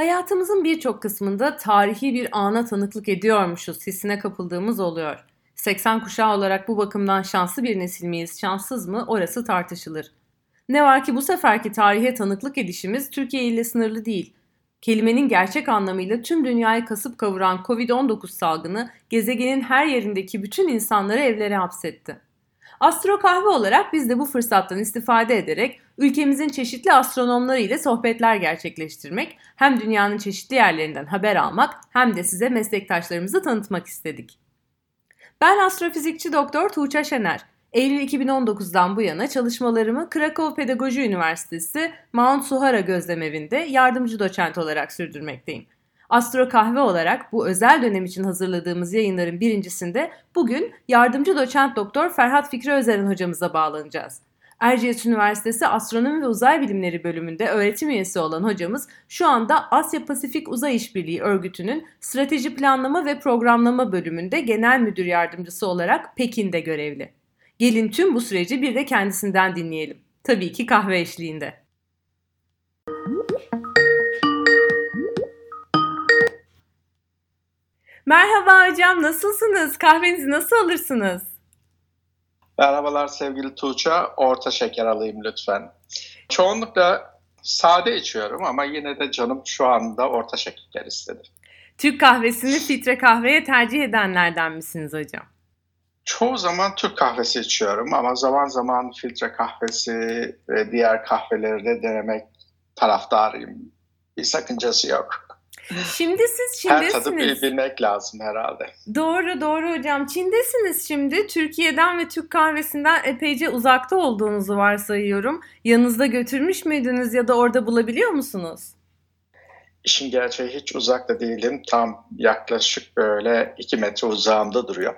Hayatımızın birçok kısmında tarihi bir ana tanıklık ediyormuşuz hissine kapıldığımız oluyor. 80 kuşağı olarak bu bakımdan şanslı bir nesil miyiz, şanssız mı orası tartışılır. Ne var ki bu seferki tarihe tanıklık edişimiz Türkiye ile sınırlı değil. Kelimenin gerçek anlamıyla tüm dünyayı kasıp kavuran Covid-19 salgını gezegenin her yerindeki bütün insanları evlere hapsetti. Astro Kahve olarak biz de bu fırsattan istifade ederek ülkemizin çeşitli astronomları ile sohbetler gerçekleştirmek, hem dünyanın çeşitli yerlerinden haber almak hem de size meslektaşlarımızı tanıtmak istedik. Ben astrofizikçi Doktor Tuğçe Şener. Eylül 2019'dan bu yana çalışmalarımı Krakow Pedagoji Üniversitesi Mount Suhara Gözlemevi'nde yardımcı doçent olarak sürdürmekteyim. Astro Kahve olarak bu özel dönem için hazırladığımız yayınların birincisinde bugün yardımcı doçent doktor Ferhat Fikri Özeren hocamıza bağlanacağız. Erciyes Üniversitesi Astronomi ve Uzay Bilimleri bölümünde öğretim üyesi olan hocamız şu anda Asya Pasifik Uzay İşbirliği Örgütü'nün Strateji Planlama ve Programlama bölümünde genel müdür yardımcısı olarak Pekin'de görevli. Gelin tüm bu süreci bir de kendisinden dinleyelim. Tabii ki kahve eşliğinde. Merhaba hocam, nasılsınız? Kahvenizi nasıl alırsınız? Merhabalar sevgili Tuğçe. Orta şeker alayım lütfen. Çoğunlukla sade içiyorum ama yine de canım şu anda orta şeker istedi. Türk kahvesini filtre kahveye tercih edenlerden misiniz hocam? Çoğu zaman Türk kahvesi içiyorum ama zaman zaman filtre kahvesi ve diğer kahveleri de denemek taraftarıyım. Bir sakıncası yok. Şimdi siz Her Çin'desiniz. tadı bilmek lazım herhalde. Doğru hocam. Çin'desiniz şimdi. Türkiye'den ve Türk kahvesinden epeyce uzakta olduğunuzu varsayıyorum. Yanınızda götürmüş müydünüz ya da orada bulabiliyor musunuz? İşin gerçeği hiç uzakta değilim. Tam yaklaşık böyle 2 metre uzağımda duruyor.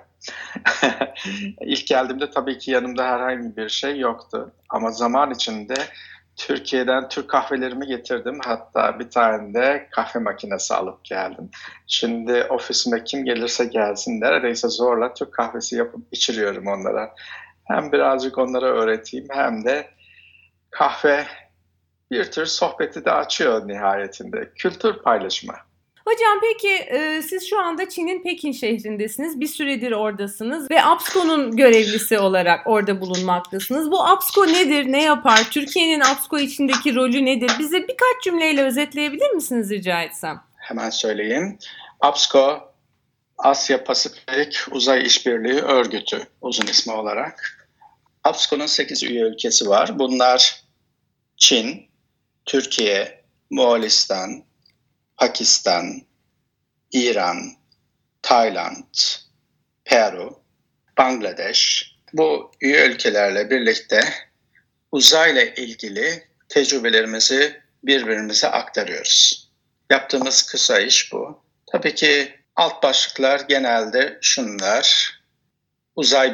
İlk geldiğimde tabii ki yanımda herhangi bir şey yoktu. Ama zaman içinde Türkiye'den Türk kahvelerimi getirdim. Hatta bir tane de kahve makinesi alıp geldim. Şimdi ofisime kim gelirse gelsin neredeyse zorla Türk kahvesi yapıp içiriyorum onlara. Hem birazcık onlara öğreteyim hem de kahve bir tür sohbeti de açıyor nihayetinde. Kültür paylaşımı. Hocam peki siz şu anda Çin'in Pekin şehrindesiniz. Bir süredir oradasınız ve APSCO'nun görevlisi olarak orada bulunmaktasınız. Bu APSCO nedir, ne yapar? Türkiye'nin APSCO içindeki rolü nedir? Bize birkaç cümleyle özetleyebilir misiniz rica etsem? Hemen söyleyeyim. APSCO, Asya Pasifik Uzay İşbirliği Örgütü uzun ismi olarak. APSCO'nun 8 üye ülkesi var. Bunlar Çin, Türkiye, Moğolistan, Pakistan, İran, Tayland, Peru, Bangladeş. Bu üye ülkelerle birlikte uzayla ilgili tecrübelerimizi birbirimize aktarıyoruz. Yaptığımız kısa iş bu. Tabii ki alt başlıklar genelde şunlar: uzay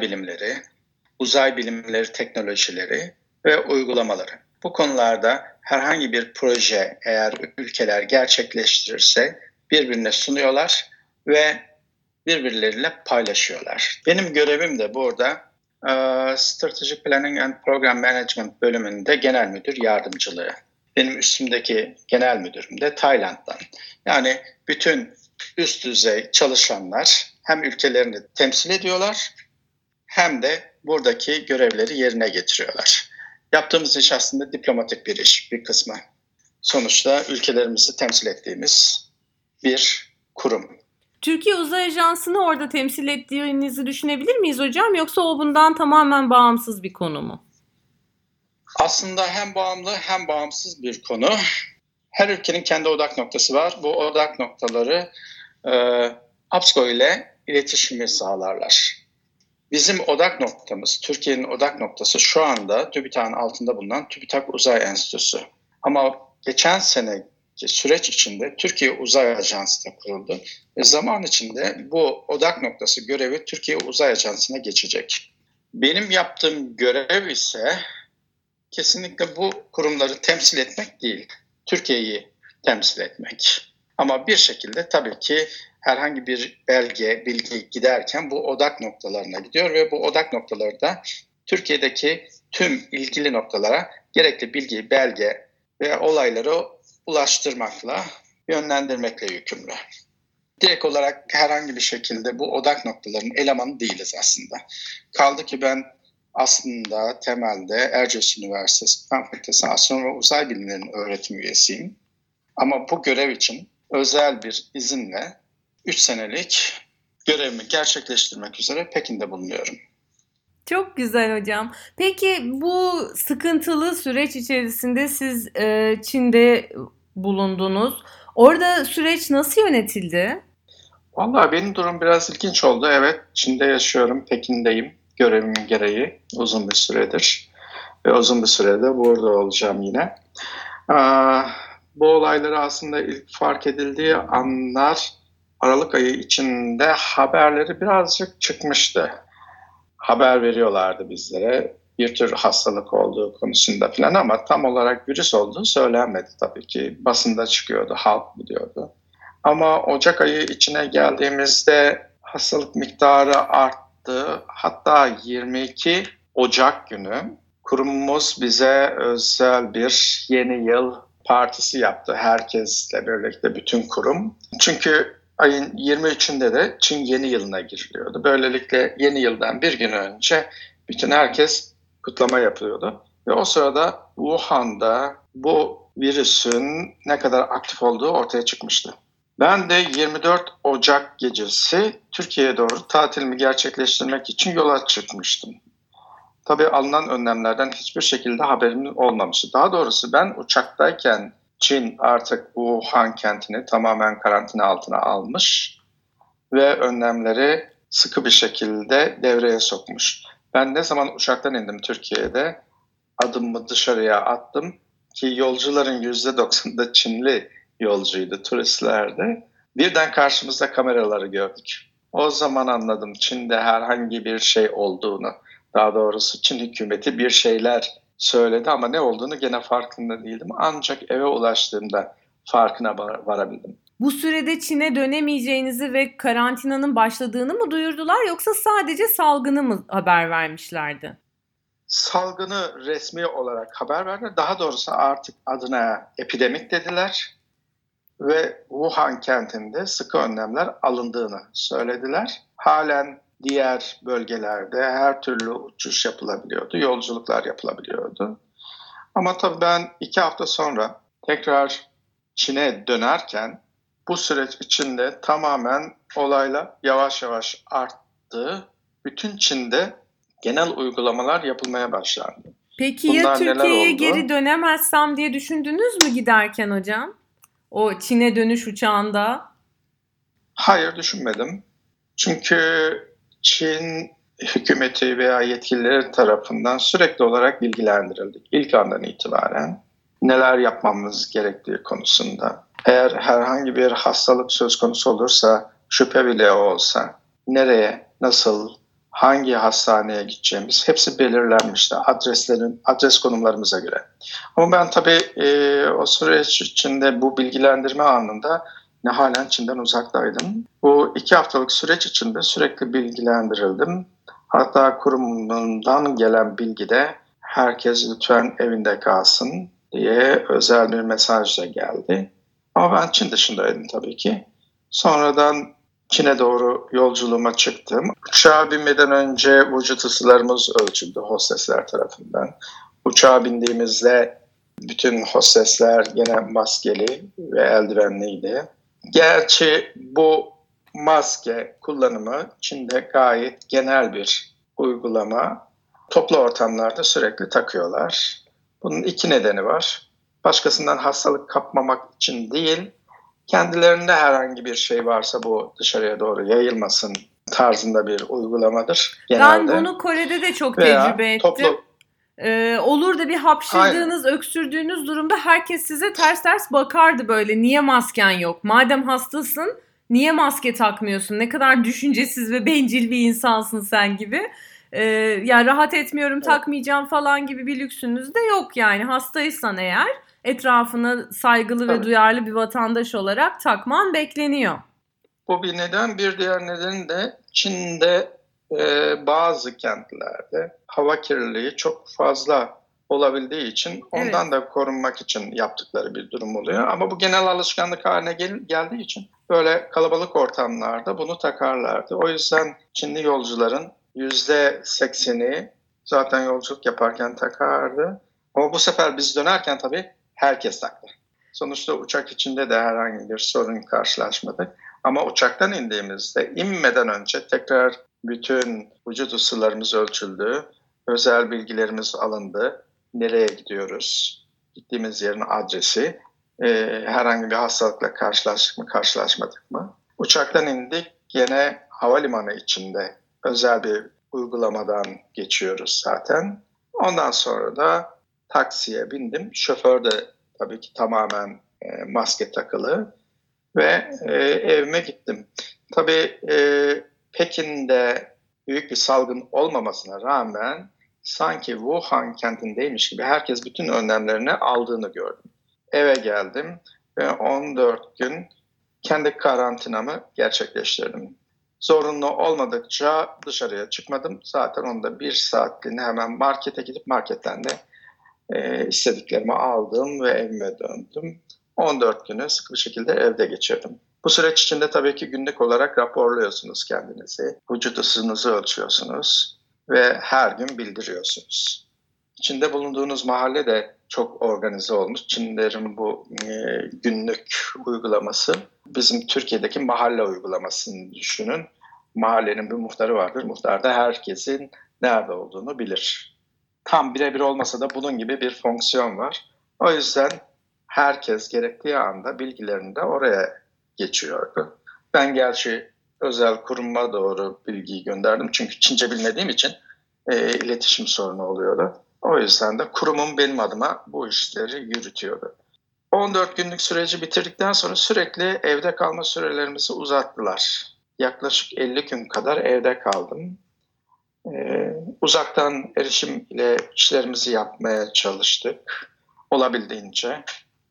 bilimleri teknolojileri ve uygulamaları. Bu konularda herhangi bir proje eğer ülkeler gerçekleştirirse birbirine sunuyorlar ve birbirleriyle paylaşıyorlar. Benim görevim de burada Strategic Planning and Program Management bölümünde genel müdür yardımcılığı. Benim üstümdeki genel müdürüm de Tayland'dan. Yani bütün üst düzey çalışanlar hem ülkelerini temsil ediyorlar hem de buradaki görevleri yerine getiriyorlar. Yaptığımız iş aslında diplomatik bir iş, bir kısmı. Sonuçta ülkelerimizi temsil ettiğimiz bir kurum. Türkiye Uzay Ajansı'nı orada temsil ettiğinizi düşünebilir miyiz hocam? Yoksa o bundan tamamen bağımsız bir konu mu? Aslında hem bağımlı hem bağımsız bir konu. Her ülkenin kendi odak noktası var. Bu odak noktaları APSCO ile iletişimi sağlarlar. Bizim odak noktamız, Türkiye'nin odak noktası şu anda TÜBİTAK'ın altında bulunan TÜBİTAK Uzay Enstitüsü. Ama geçen seneki süreç içinde Türkiye Uzay Ajansı da kuruldu. Ve zaman içinde bu odak noktası görevi Türkiye Uzay Ajansı'na geçecek. Benim yaptığım görev ise kesinlikle bu kurumları temsil etmek değil, Türkiye'yi temsil etmek. Ama bir şekilde tabii ki herhangi bir bilgi giderken bu odak noktalarına gidiyor ve bu odak noktaları da Türkiye'deki tüm ilgili noktalara gerekli bilgi, belge ve olayları ulaştırmakla yönlendirmekle yükümlü. Direkt olarak herhangi bir şekilde bu odak noktalarının elemanı değiliz aslında. Kaldı ki ben aslında temelde Erciyes Üniversitesi Fen Fakültesi Astronomi ve Uzay Bilimleri'nin öğretim üyesiyim. Ama bu görev için özel bir izinle 3 senelik görevimi gerçekleştirmek üzere Pekin'de bulunuyorum. Çok güzel hocam. Peki bu sıkıntılı süreç içerisinde siz Çin'de bulundunuz. Orada süreç nasıl yönetildi? Vallahi benim durum biraz ilginç oldu. Evet, Çin'de yaşıyorum, Pekin'deyim. Görevimin gereği uzun bir süredir. Ve uzun bir sürede burada olacağım yine. Bu olayları aslında ilk fark edildiği anlar Aralık ayı içinde haberleri birazcık çıkmıştı. Haber veriyorlardı bizlere bir tür hastalık olduğu konusunda falan ama tam olarak virüs olduğu söylenmedi tabii ki. Basında çıkıyordu, halk biliyordu. Ama Ocak ayı içine geldiğimizde hastalık miktarı arttı. Hatta 22 Ocak günü kurumumuz bize özel bir yeni yıl partisi yaptı. Herkesle birlikte bütün kurum. Çünkü ayın 23'ünde de Çin yeni yılına giriliyordu. Böylelikle yeni yıldan bir gün önce bütün herkes kutlama yapıyordu. Ve o sırada Wuhan'da bu virüsün ne kadar aktif olduğu ortaya çıkmıştı. Ben de 24 Ocak gecesi Türkiye'ye doğru tatilimi gerçekleştirmek için yola çıkmıştım. Tabii alınan önlemlerden hiçbir şekilde haberim olmamıştı. Daha doğrusu ben uçaktayken Çin artık Wuhan kentini tamamen karantina altına almış ve önlemleri sıkı bir şekilde devreye sokmuş. Ben ne zaman uçaktan indim Türkiye'de adımımı dışarıya attım ki yolcuların %90'ı da Çinli yolcuydu, turistlerdi. Birden karşımızda kameraları gördük. O zaman anladım Çin'de herhangi bir şey olduğunu. Daha doğrusu Çin hükümeti bir şeyler söyledi ama ne olduğunu gene farkında değildim. Ancak eve ulaştığımda farkına varabildim. Bu sürede Çin'e dönemeyeceğinizi ve karantinanın başladığını mı duyurdular yoksa sadece salgını mı haber vermişlerdi? Salgını resmi olarak haber verdiler. Daha doğrusu artık adına epidemik dediler ve Wuhan kentinde sıkı önlemler alındığını söylediler. Halen diğer bölgelerde her türlü uçuş yapılabiliyordu, yolculuklar yapılabiliyordu. Ama tabii ben 2 hafta sonra tekrar Çin'e dönerken bu süreç içinde tamamen olaylar yavaş yavaş arttı. Bütün Çin'de genel uygulamalar yapılmaya başlandı. Peki ya Türkiye'ye geri dönemezsem diye düşündünüz mü giderken hocam? O Çin'e dönüş uçağında. Hayır, düşünmedim. Çünkü Çin hükümeti veya yetkilileri tarafından sürekli olarak bilgilendirildik. İlk andan itibaren neler yapmamız gerektiği konusunda. Eğer herhangi bir hastalık söz konusu olursa, şüphe bile olsa, nereye, nasıl, hangi hastaneye gideceğimiz hepsi belirlenmişti adres konumlarımıza göre. Ama ben tabii o süreç içinde bu bilgilendirme anında halen Çin'den uzaktaydım. Bu 2 haftalık süreç içinde sürekli bilgilendirildim. Hatta kurumundan gelen bilgide herkes lütfen evinde kalsın diye özel bir mesaj da geldi. Ama ben Çin dışındaydım tabii ki. Sonradan Çin'e doğru yolculuğuma çıktım. Uçağa binmeden önce vücut ısılarımız ölçüldü hostesler tarafından. Uçağa bindiğimizde bütün hostesler gene maskeli ve eldivenliydi. Gerçi bu maske kullanımı Çin'de gayet genel bir uygulama. Toplu ortamlarda sürekli takıyorlar. Bunun 2 nedeni var. Başkasından hastalık kapmamak için değil, kendilerinde herhangi bir şey varsa bu dışarıya doğru yayılmasın tarzında bir uygulamadır genelde. Ben bunu Kore'de de çok tecrübe ettim. Olur da bir hapşırdığınız, öksürdüğünüz durumda herkes size ters ters bakardı böyle. Niye masken yok? Madem hastasın, niye maske takmıyorsun? Ne kadar düşüncesiz ve bencil bir insansın sen gibi. Ya rahat etmiyorum, takmayacağım falan gibi bir lüksünüz de yok yani. Hastaysan eğer etrafına saygılı ve duyarlı bir vatandaş olarak takman bekleniyor. Bu bir neden. Bir diğer neden de Çin'de bazı kentlerde hava kirliliği çok fazla olabildiği için ondan Evet. da korunmak için yaptıkları bir durum oluyor. Ama bu genel alışkanlık haline geldiği için böyle kalabalık ortamlarda bunu takarlardı. O yüzden Çinli yolcuların %80'i zaten yolculuk yaparken takardı. Ama bu sefer biz dönerken tabii herkes taktı. Sonuçta uçak içinde de herhangi bir sorun karşılaşmadık. Ama uçaktan indiğimizde, inmeden önce tekrar bütün vücut ısılarımız ölçüldü. Özel bilgilerimiz alındı. Nereye gidiyoruz? Gittiğimiz yerin adresi. Herhangi bir hastalıkla karşılaştık mı, karşılaşmadık mı? Uçaktan indik. Gene havalimanı içinde özel bir uygulamadan geçiyoruz zaten. Ondan sonra da taksiye bindim. Şoför de tabii ki tamamen maske takılı ve evime gittim. Tabii Pekin'de büyük bir salgın olmamasına rağmen sanki Wuhan kentindeymiş gibi herkes bütün önlemlerini aldığını gördüm. Eve geldim ve 14 gün kendi karantinamı gerçekleştirdim. Zorunlu olmadıkça dışarıya çıkmadım. Zaten onda bir saatliğine hemen markete gidip marketten de istediklerimi aldım ve evime döndüm. 14 günü sıkı bir şekilde evde geçirdim. Bu süreç içinde tabii ki günlük olarak raporluyorsunuz kendinizi. Vücut ısınızı ölçüyorsunuz ve her gün bildiriyorsunuz. İçinde bulunduğunuz mahalle de çok organize olmuş. Çinlilerin bu günlük uygulaması bizim Türkiye'deki mahalle uygulamasını düşünün. Mahallenin bir muhtarı vardır. Muhtar da herkesin nerede olduğunu bilir. Tam birebir olmasa da bunun gibi bir fonksiyon var. O yüzden herkes gerektiği anda bilgilerini de oraya geçiyordu. Ben gerçi özel kuruma doğru bilgiyi gönderdim. Çünkü Çince bilmediğim için iletişim sorunu oluyordu. O yüzden de kurumum benim adıma bu işleri yürütüyordu. 14 günlük süreci bitirdikten sonra sürekli evde kalma sürelerimizi uzattılar. Yaklaşık 50 gün kadar evde kaldım. Uzaktan erişim ile işlerimizi yapmaya çalıştık olabildiğince.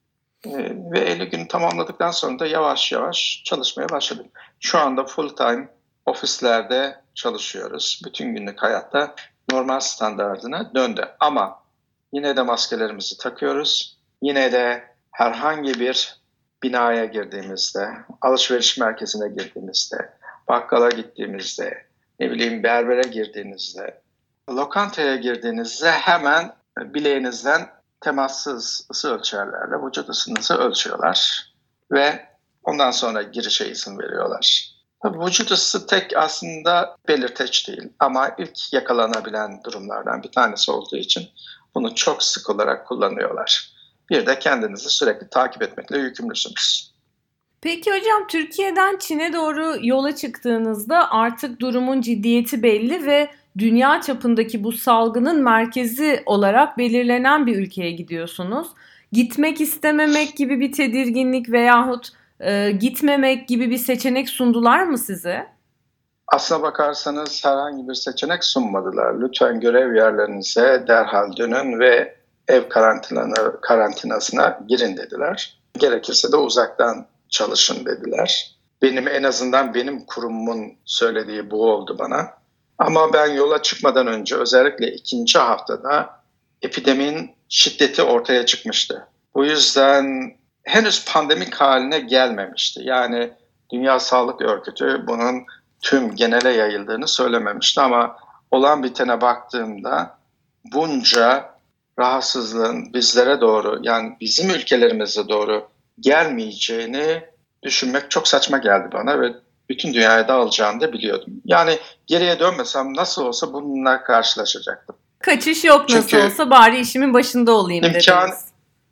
Ve 50 gün tamamladıktan sonra da yavaş yavaş çalışmaya başladık. Şu anda full time ofislerde çalışıyoruz. Bütün günlük hayatta normal standardına döndü. Ama yine de maskelerimizi takıyoruz. Yine de herhangi bir binaya girdiğimizde, alışveriş merkezine girdiğimizde, bakkala gittiğimizde, ne bileyim berbere girdiğinizde, lokantaya girdiğinizde hemen bileğinizden temassız ısı ölçerlerle vücut ısınızı ölçüyorlar ve ondan sonra girişe izin veriyorlar. Tabii vücut ısısı tek aslında belirteç değil ama ilk yakalanabilen durumlardan bir tanesi olduğu için bunu çok sık olarak kullanıyorlar. Bir de kendinizi sürekli takip etmekle yükümlüsünüz. Peki hocam, Türkiye'den Çin'e doğru yola çıktığınızda artık durumun ciddiyeti belli ve dünya çapındaki bu salgının merkezi olarak belirlenen bir ülkeye gidiyorsunuz. Gitmek istememek gibi bir tedirginlik veyahut gitmemek gibi bir seçenek sundular mı size? Aslına bakarsanız herhangi bir seçenek sunmadılar. Lütfen görev yerlerinize derhal dönün ve ev karantinasına girin dediler. Gerekirse de uzaktan çalışın dediler. En azından benim kurumumun söylediği bu oldu bana. Ama ben yola çıkmadan önce özellikle ikinci haftada epideminin şiddeti ortaya çıkmıştı. Bu yüzden henüz pandemik haline gelmemişti. Yani Dünya Sağlık Örgütü bunun tüm genele yayıldığını söylememişti ama olan bitene baktığımda bunca rahatsızlığın bizlere doğru, yani bizim ülkelerimize doğru gelmeyeceğini düşünmek çok saçma geldi bana ve bütün dünyaya dağılacağını da biliyordum. Yani geriye dönmesem nasıl olsa bununla karşılaşacaktım. Kaçış yok, nasıl Çünkü olsa bari işimin başında olayım imkan dediniz.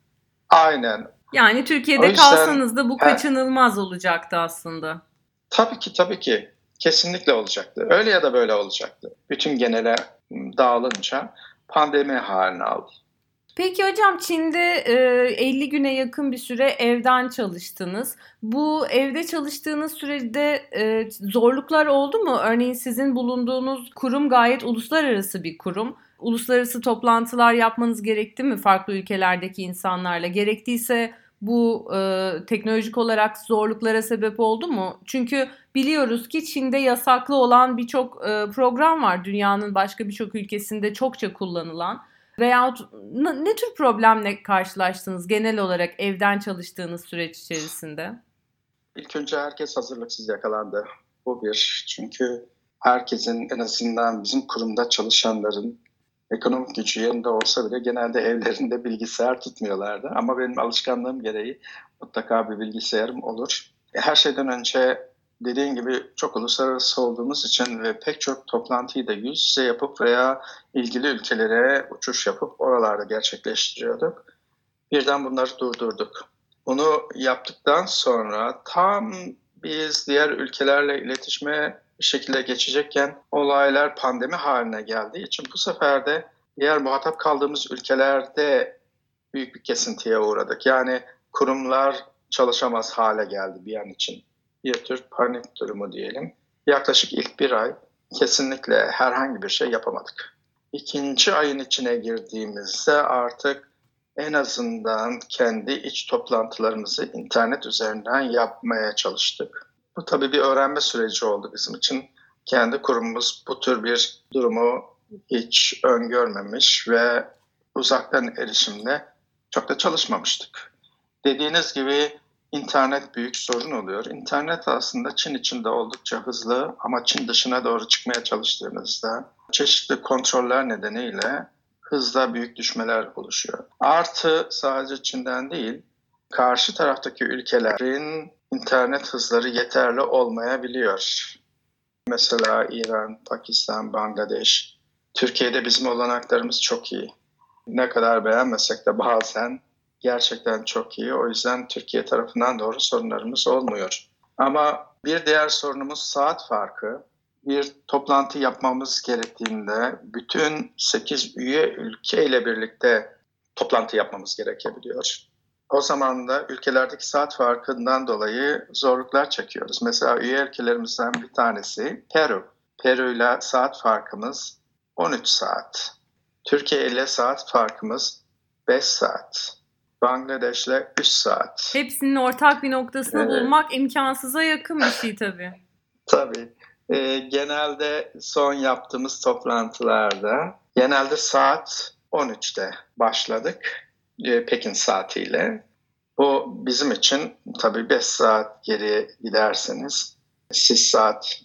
aynen. Yani O Türkiye'de yüzden kalsanız da bu kaçınılmaz olacaktı aslında. tabii ki kesinlikle olacaktı. Öyle ya da böyle olacaktı. Bütün genele dağılınca pandemi haline aldı. Peki hocam, Çin'de 50 güne yakın bir süre evden çalıştınız. Bu evde çalıştığınız sürede zorluklar oldu mu? Örneğin sizin bulunduğunuz kurum gayet uluslararası bir kurum. Uluslararası toplantılar yapmanız gerekti mi farklı ülkelerdeki insanlarla? Gerektiyse bu teknolojik olarak zorluklara sebep oldu mu? Çünkü biliyoruz ki Çin'de yasaklı olan birçok program var. Dünyanın başka birçok ülkesinde çokça kullanılan. Veyahut ne tür problemle karşılaştınız genel olarak evden çalıştığınız süreç içerisinde? İlk önce herkes hazırlıksız yakalandı. Bu bir. Çünkü herkesin, en azından bizim kurumda çalışanların ekonomik gücü yerinde olsa bile genelde evlerinde bilgisayar tutmuyorlardı. Ama benim alışkanlığım gereği mutlaka bir bilgisayarım olur. Her şeyden önce dediğin gibi çok uluslararası olduğumuz için ve pek çok toplantıyı da yüz yüze yapıp veya ilgili ülkelere uçuş yapıp oralarda gerçekleştiriyorduk. Birden bunları durdurduk. Bunu yaptıktan sonra tam biz diğer ülkelerle iletişime bir şekilde geçecekken olaylar pandemi haline geldiği için bu sefer de diğer muhatap kaldığımız ülkelerde büyük bir kesintiye uğradık. Yani kurumlar çalışamaz hale geldi bir an için. Bir tür panik durumu diyelim. Yaklaşık ilk bir ay kesinlikle herhangi bir şey yapamadık. İkinci ayın içine girdiğimizde artık en azından kendi iç toplantılarımızı internet üzerinden yapmaya çalıştık. Bu tabii bir öğrenme süreci oldu bizim için. Kendi kurumumuz bu tür bir durumu hiç öngörmemiş ve uzaktan erişimle çok da çalışmamıştık. Dediğiniz gibi internet büyük sorun oluyor. İnternet aslında Çin içinde oldukça hızlı ama Çin dışına doğru çıkmaya çalıştığınızda çeşitli kontroller nedeniyle hızla büyük düşmeler oluşuyor. Artı sadece Çin'den değil, karşı taraftaki ülkelerin internet hızları yeterli olmayabiliyor. Mesela İran, Pakistan, Bangladeş. Türkiye'de bizim olanaklarımız çok iyi. Ne kadar beğenmesek de bazen gerçekten çok iyi. O yüzden Türkiye tarafından doğru sorunlarımız olmuyor. Ama bir diğer sorunumuz saat farkı. Bir toplantı yapmamız gerektiğinde bütün 8 üye ülkeyle birlikte toplantı yapmamız gerekebiliyor. O zaman da ülkelerdeki saat farkından dolayı zorluklar çekiyoruz. Mesela üye ülkelerimizden bir tanesi Peru. Peru ile saat farkımız 13 saat. Türkiye ile saat farkımız 5 saat. Bangladeş'le 3 saat. Hepsinin ortak bir noktasını bulmak imkansıza yakın bir şey tabii. Tabii. Genelde son yaptığımız toplantılarda genelde saat 13'te başladık Pekin saatiyle. Bu bizim için tabii 5 saat geriye giderseniz siz saat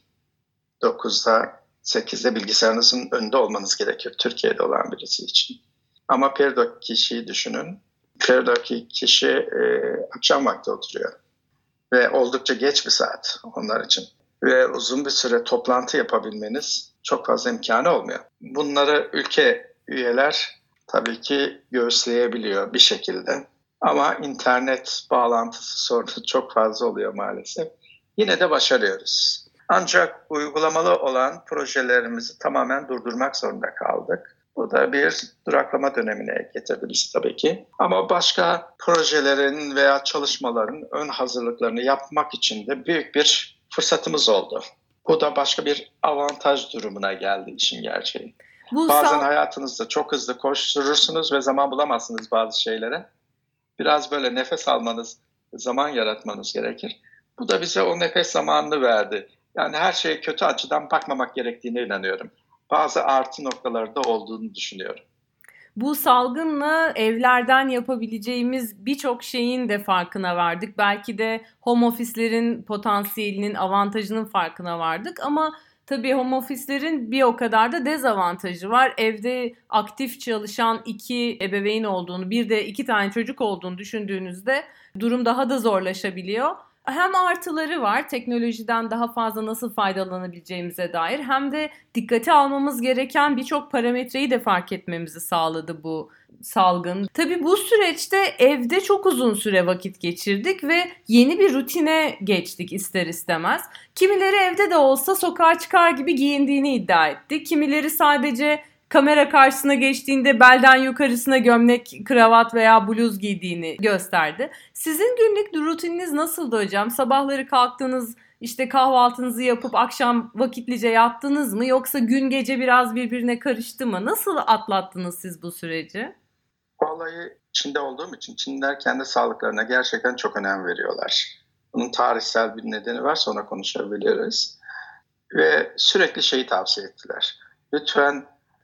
9'da 8'de bilgisayarınızın önünde olmanız gerekir Türkiye'de olan birisi için. Ama Peru'daki kişiyi düşünün. Peru'daki kişi akşam vakti oturuyor ve oldukça geç bir saat onlar için. Ve uzun bir süre toplantı yapabilmeniz çok fazla imkanı olmuyor. Bunları ülke üyeler tabii ki göğüsleyebiliyor bir şekilde. Ama internet bağlantısı sorunu çok fazla oluyor maalesef. Yine de başarıyoruz. Ancak uygulamalı olan projelerimizi tamamen durdurmak zorunda kaldık. Bu da bir duraklama dönemine getirdi bizi tabii ki. Ama başka projelerin veya çalışmaların ön hazırlıklarını yapmak için de büyük bir fırsatımız oldu. Bu da başka bir avantaj durumuna geldi işin gerçeği. Bazen hayatınızda çok hızlı koşturursunuz ve zaman bulamazsınız bazı şeylere. Biraz böyle nefes almanız, zaman yaratmanız gerekir. Bu da bize o nefes zamanını verdi. Yani her şeye kötü açıdan bakmamak gerektiğine inanıyorum. Bazı artı noktaları da olduğunu düşünüyorum. Bu salgınla evlerden yapabileceğimiz birçok şeyin de farkına vardık. Belki de home office'lerin potansiyelinin, avantajının farkına vardık. Ama tabii home office'lerin bir o kadar da dezavantajı var. Evde aktif çalışan 2 ebeveyn olduğunu, bir de 2 tane çocuk olduğunu düşündüğünüzde durum daha da zorlaşabiliyor. Hem artıları var, teknolojiden daha fazla nasıl faydalanabileceğimize dair, hem de dikkate almamız gereken birçok parametreyi de fark etmemizi sağladı bu salgın. Tabii bu süreçte evde çok uzun süre vakit geçirdik ve yeni bir rutine geçtik ister istemez. Kimileri evde de olsa sokağa çıkar gibi giyindiğini iddia etti. Kimileri sadece kamera karşısına geçtiğinde belden yukarısına gömlek, kravat veya bluz giydiğini gösterdi. Sizin günlük rutininiz nasıldı hocam? Sabahları kalktınız, işte kahvaltınızı yapıp akşam vakitlice yattınız mı? Yoksa gün gece biraz birbirine karıştı mı? Nasıl atlattınız siz bu süreci? Vallahi Çin'de olduğum için Çinliler kendi sağlıklarına gerçekten çok önem veriyorlar. Bunun tarihsel bir nedeni var, sonra konuşabiliriz. Ve sürekli şeyi tavsiye ettiler. Lütfen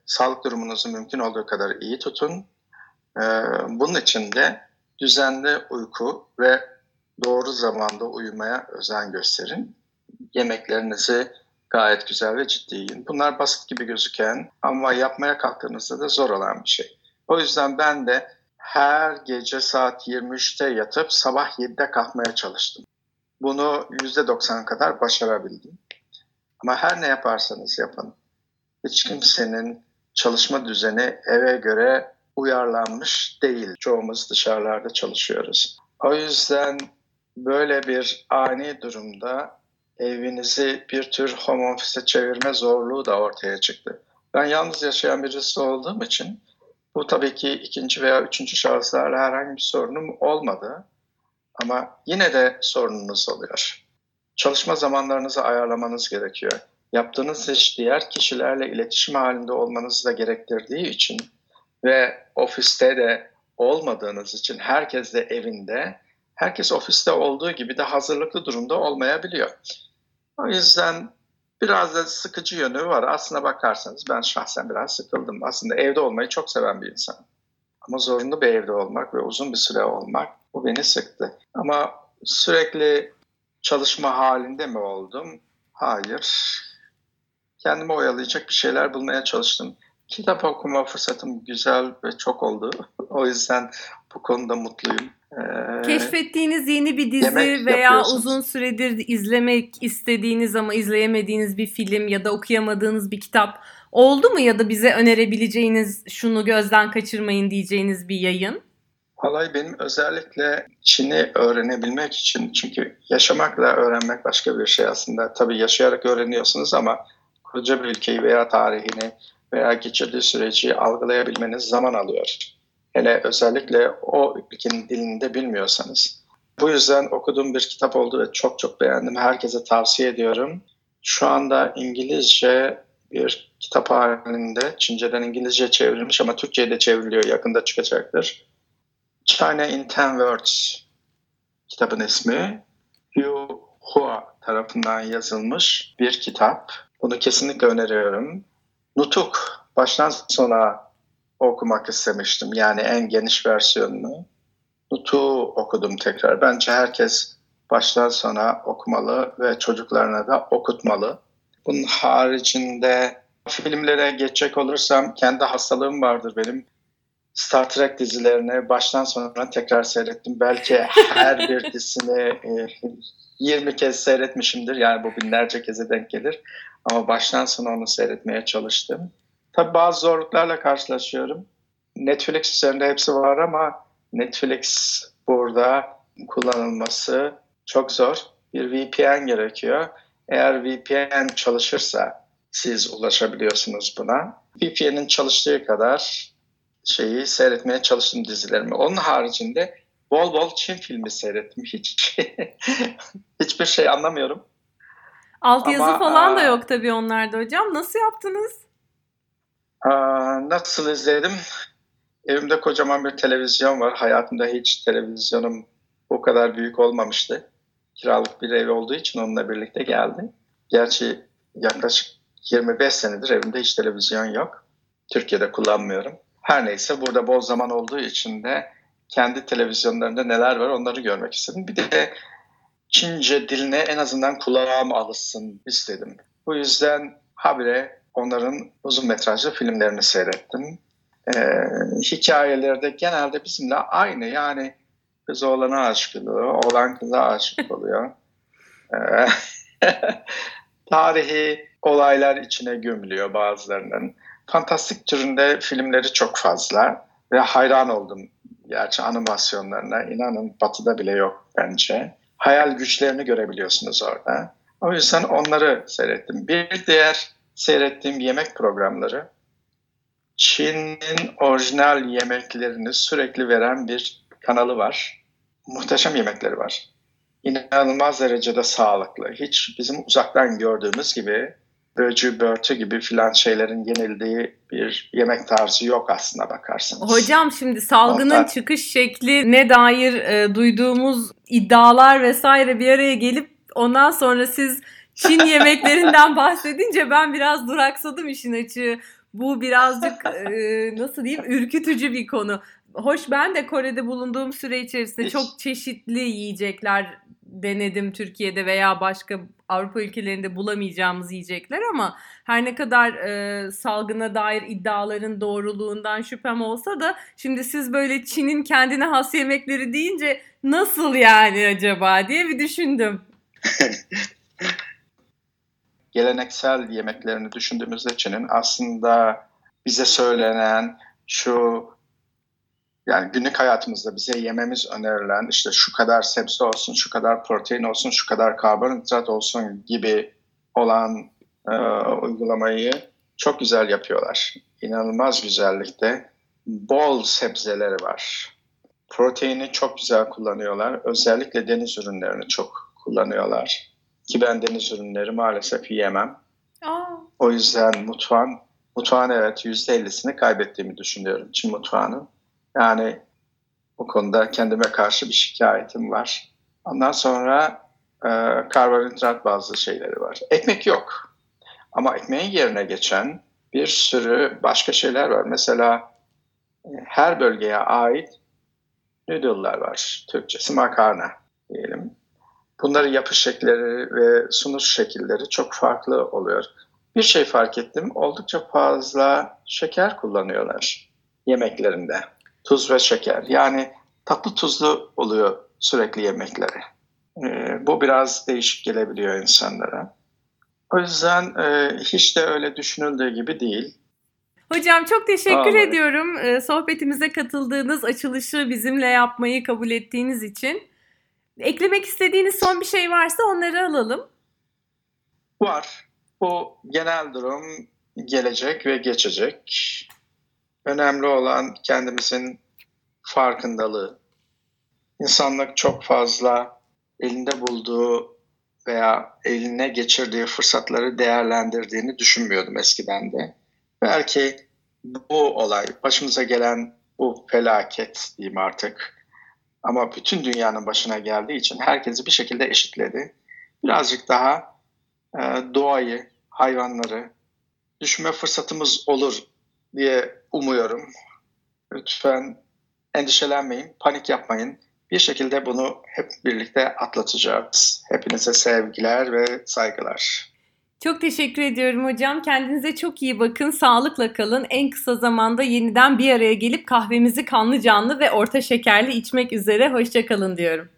Sağlık durumunuzu mümkün olduğu kadar iyi tutun. Bunun için de düzenli uyku ve doğru zamanda uyumaya özen gösterin. Yemeklerinizi gayet güzel ve ciddi yiyin. Bunlar basit gibi gözüken ama yapmaya kalktığınızda da zor olan bir şey. O yüzden ben de her gece saat 23'te yatıp sabah 7'de kalkmaya çalıştım. Bunu %90 kadar başarabildim. Ama her ne yaparsanız yapın, hiç kimsenin çalışma düzeni eve göre uyarlanmış değil. Çoğumuz dışarılarda çalışıyoruz. O yüzden böyle bir ani durumda evinizi bir tür home office'e çevirme zorluğu da ortaya çıktı. Ben yalnız yaşayan birisi olduğum için bu tabii ki ikinci veya üçüncü şahıslarla herhangi bir sorunum olmadı. Ama yine de sorununuz oluyor. Çalışma zamanlarınızı ayarlamanız gerekiyor. Yaptığınız iş diğer kişilerle iletişim halinde olmanızı da gerektirdiği için ve ofiste de olmadığınız için herkes de evinde, herkes ofiste olduğu gibi de hazırlıklı durumda olmayabiliyor. O yüzden biraz da sıkıcı yönü var. Aslına bakarsanız ben şahsen biraz sıkıldım. Aslında evde olmayı çok seven bir insanım. Ama zorunlu bir evde olmak ve uzun bir süre olmak bu beni sıktı. Ama sürekli çalışma halinde mi oldum? Hayır. Kendimi oyalayacak bir şeyler bulmaya çalıştım. Kitap okuma fırsatım güzel ve çok oldu. O yüzden bu konuda mutluyum. Keşfettiğiniz yeni bir dizi Yemek veya yapıyorsunuz. uzun süredir izlemek istediğiniz ama izleyemediğiniz bir film ya da okuyamadığınız bir kitap oldu mu, ya da bize önerebileceğiniz, şunu gözden kaçırmayın diyeceğiniz bir yayın? Vallahi benim özellikle Çin'i öğrenebilmek için, çünkü yaşamakla öğrenmek başka bir şey aslında. Tabii yaşayarak öğreniyorsunuz ama koca bir ülkeyi veya tarihini veya geçirdiği süreci algılayabilmeniz zaman alıyor. Hele özellikle o ülkenin dilini de bilmiyorsanız. Bu yüzden okuduğum bir kitap oldu ve çok çok beğendim. Herkese tavsiye ediyorum. Şu anda İngilizce bir kitap halinde, Çince'den İngilizce çevrilmiş ama Türkçe'ye de çevriliyor. Yakında çıkacaktır. China in 10 Words kitabın ismi. Yu Hua tarafından yazılmış bir kitap. Bunu kesinlikle öneriyorum. Nutuk baştan sona okumak istemiştim. Yani en geniş versiyonunu. Nutuk'u okudum tekrar. Bence herkes baştan sona okumalı ve çocuklarına da okutmalı. Bunun haricinde filmlere geçecek olursam kendi hastalığım vardır benim. Star Trek dizilerini baştan sona tekrar seyrettim. Belki her bir dizisini 20 kez seyretmişimdir. Yani bu binlerce keze denk gelir. Ama baştan sona onu seyretmeye çalıştım. Tabii bazı zorluklarla karşılaşıyorum. Netflix üzerinde hepsi var ama Netflix burada kullanılması çok zor. Bir VPN gerekiyor. Eğer VPN çalışırsa siz ulaşabiliyorsunuz buna. VPN'in çalıştığı kadar şeyi seyretmeye çalıştım, dizilerimi. Onun haricinde bol bol Çin filmi seyrettim. Hiçbir şey anlamıyorum. Altyazı falan da yok tabii onlarda hocam. Nasıl yaptınız? Nasıl izledim? Evimde kocaman bir televizyon var. Hayatımda hiç televizyonum o kadar büyük olmamıştı. Kiralık bir ev olduğu için onunla birlikte geldi. Gerçi yaklaşık 25 senedir evimde hiç televizyon yok. Türkiye'de kullanmıyorum. Her neyse, burada bol zaman olduğu için de kendi televizyonlarında neler var onları görmek istedim. Bir de Çince diline en azından kulağım alışsın istedim. Bu yüzden habire onların uzun metrajlı filmlerini seyrettim. Hikayeleri de genelde bizimle aynı. Yani kız oğlana aşık oluyor, oğlan kıza aşık oluyor. Tarihi olaylar içine gömülüyor bazılarının. Fantastik türünde filmleri çok fazla ve hayran oldum. Gerçi animasyonlarına, inanın Batı'da bile yok bence. Hayal güçlerini görebiliyorsunuz orada. O yüzden onları seyrettim. Bir diğer seyrettiğim yemek programları, Çin'in orijinal yemeklerini sürekli veren bir kanalı var. Muhteşem yemekleri var. İnanılmaz derecede sağlıklı. Hiç bizim uzaktan gördüğümüz gibi böcü, börtü gibi filan şeylerin yenildiği bir yemek tarzı yok aslına bakarsanız. Hocam şimdi salgının çıkış şekline dair duyduğumuz iddialar vesaire bir araya gelip ondan sonra siz Çin yemeklerinden bahsedince ben biraz duraksadım işin açığı. Bu birazcık nasıl diyeyim, ürkütücü bir konu. Hoş, ben de Kore'de bulunduğum süre içerisinde çok çeşitli yiyecekler denedim, Türkiye'de veya başka Avrupa ülkelerinde bulamayacağımız yiyecekler, ama her ne kadar salgına dair iddiaların doğruluğundan şüphem olsa da şimdi siz böyle Çin'in kendine has yemekleri deyince nasıl yani acaba diye bir düşündüm. Geleneksel yemeklerini düşündüğümüzde Çin'in aslında bize söylenen şu, yani günlük hayatımızda bize yememiz önerilen işte şu kadar sebze olsun, şu kadar protein olsun, şu kadar karbonhidrat olsun gibi olan uygulamayı çok güzel yapıyorlar. İnanılmaz güzellikte. Bol sebzeleri var. Proteini çok güzel kullanıyorlar. Özellikle deniz ürünlerini çok kullanıyorlar. Ki ben deniz ürünleri maalesef yiyemem. O yüzden mutfağın evet %50'sini kaybettiğimi düşünüyorum Çin mutfağının. Yani bu konuda kendime karşı bir şikayetim var. Ondan sonra karbonhidrat bazı şeyleri var. Ekmek yok. Ama ekmeğin yerine geçen bir sürü başka şeyler var. Mesela her bölgeye ait noodle'lar var. Türkçesi makarna diyelim. Bunların yapış şekilleri ve sunuş şekilleri çok farklı oluyor. Bir şey fark ettim, oldukça fazla şeker kullanıyorlar yemeklerinde. Tuz ve şeker. Yani tatlı tuzlu oluyor sürekli yemekleri. Bu biraz değişik gelebiliyor insanlara. O yüzden hiç de öyle düşünüldüğü gibi değil. Hocam çok teşekkür ediyorum. Sohbetimize katıldığınız, açılışı bizimle yapmayı kabul ettiğiniz için. Eklemek istediğiniz son bir şey varsa onları alalım. Var. Bu genel durum gelecek ve geçecek. Önemli olan kendimizin farkındalığı. İnsanlık çok fazla elinde bulduğu veya eline geçirdiği fırsatları değerlendirdiğini düşünmüyordum eskiden de. Belki bu olay, başımıza gelen bu felaket diyeyim artık, ama bütün dünyanın başına geldiği için herkesi bir şekilde eşitledi. Birazcık daha doğayı, hayvanları düşünme fırsatımız olur diye umuyorum. Lütfen endişelenmeyin, panik yapmayın. Bir şekilde bunu hep birlikte atlatacağız. Hepinize sevgiler ve saygılar. Çok teşekkür ediyorum hocam. Kendinize çok iyi bakın, sağlıkla kalın. En kısa zamanda yeniden bir araya gelip kahvemizi kanlı canlı ve orta şekerli içmek üzere. Hoşça kalın diyorum.